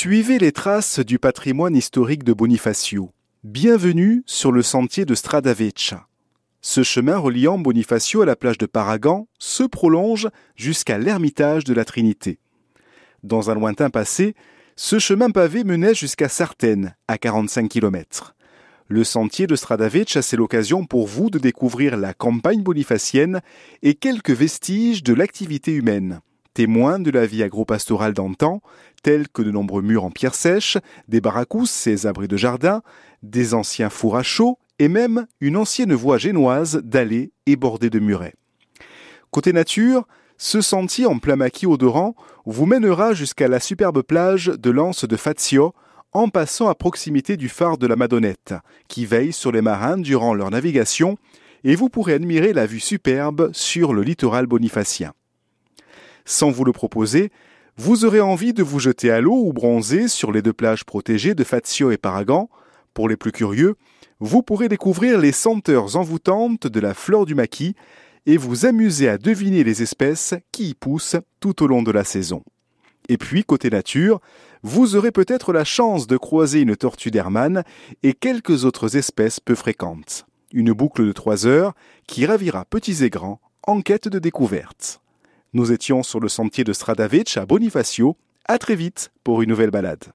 Suivez les traces du patrimoine historique de Bonifacio. Bienvenue sur le sentier de Stradavecchia. Ce chemin reliant Bonifacio à la plage de Paragan se prolonge jusqu'à l'ermitage de la Trinité. Dans un lointain passé, ce chemin pavé menait jusqu'à Sartène, à 45 km. Le sentier de Stradavecchia, c'est l'occasion pour vous de découvrir la campagne bonifacienne et quelques vestiges de l'activité humaine. Témoins de la vie agro-pastorale d'antan, tels que de nombreux murs en pierre sèche, des baracous, ces abris de jardin, des anciens fours à chaux et même une ancienne voie génoise dallée et bordée de murets. Côté nature, ce sentier en plein maquis odorant vous mènera jusqu'à la superbe plage de l'anse de Fazio, en passant à proximité du phare de la Madonnette, qui veille sur les marins durant leur navigation, et vous pourrez admirer la vue superbe sur le littoral bonifacien. Sans vous le proposer, vous aurez envie de vous jeter à l'eau ou bronzer sur les deux plages protégées de Fazio et Paragan. Pour les plus curieux, vous pourrez découvrir les senteurs envoûtantes de la flore du maquis et vous amuser à deviner les espèces qui y poussent tout au long de la saison. Et puis, côté nature, vous aurez peut-être la chance de croiser une tortue d'Hermann et quelques autres espèces peu fréquentes. Une boucle de 3 heures qui ravira petits et grands en quête de découverte. Nous étions sur le sentier de Stradavecchia à Bonifacio. À très vite pour une nouvelle balade.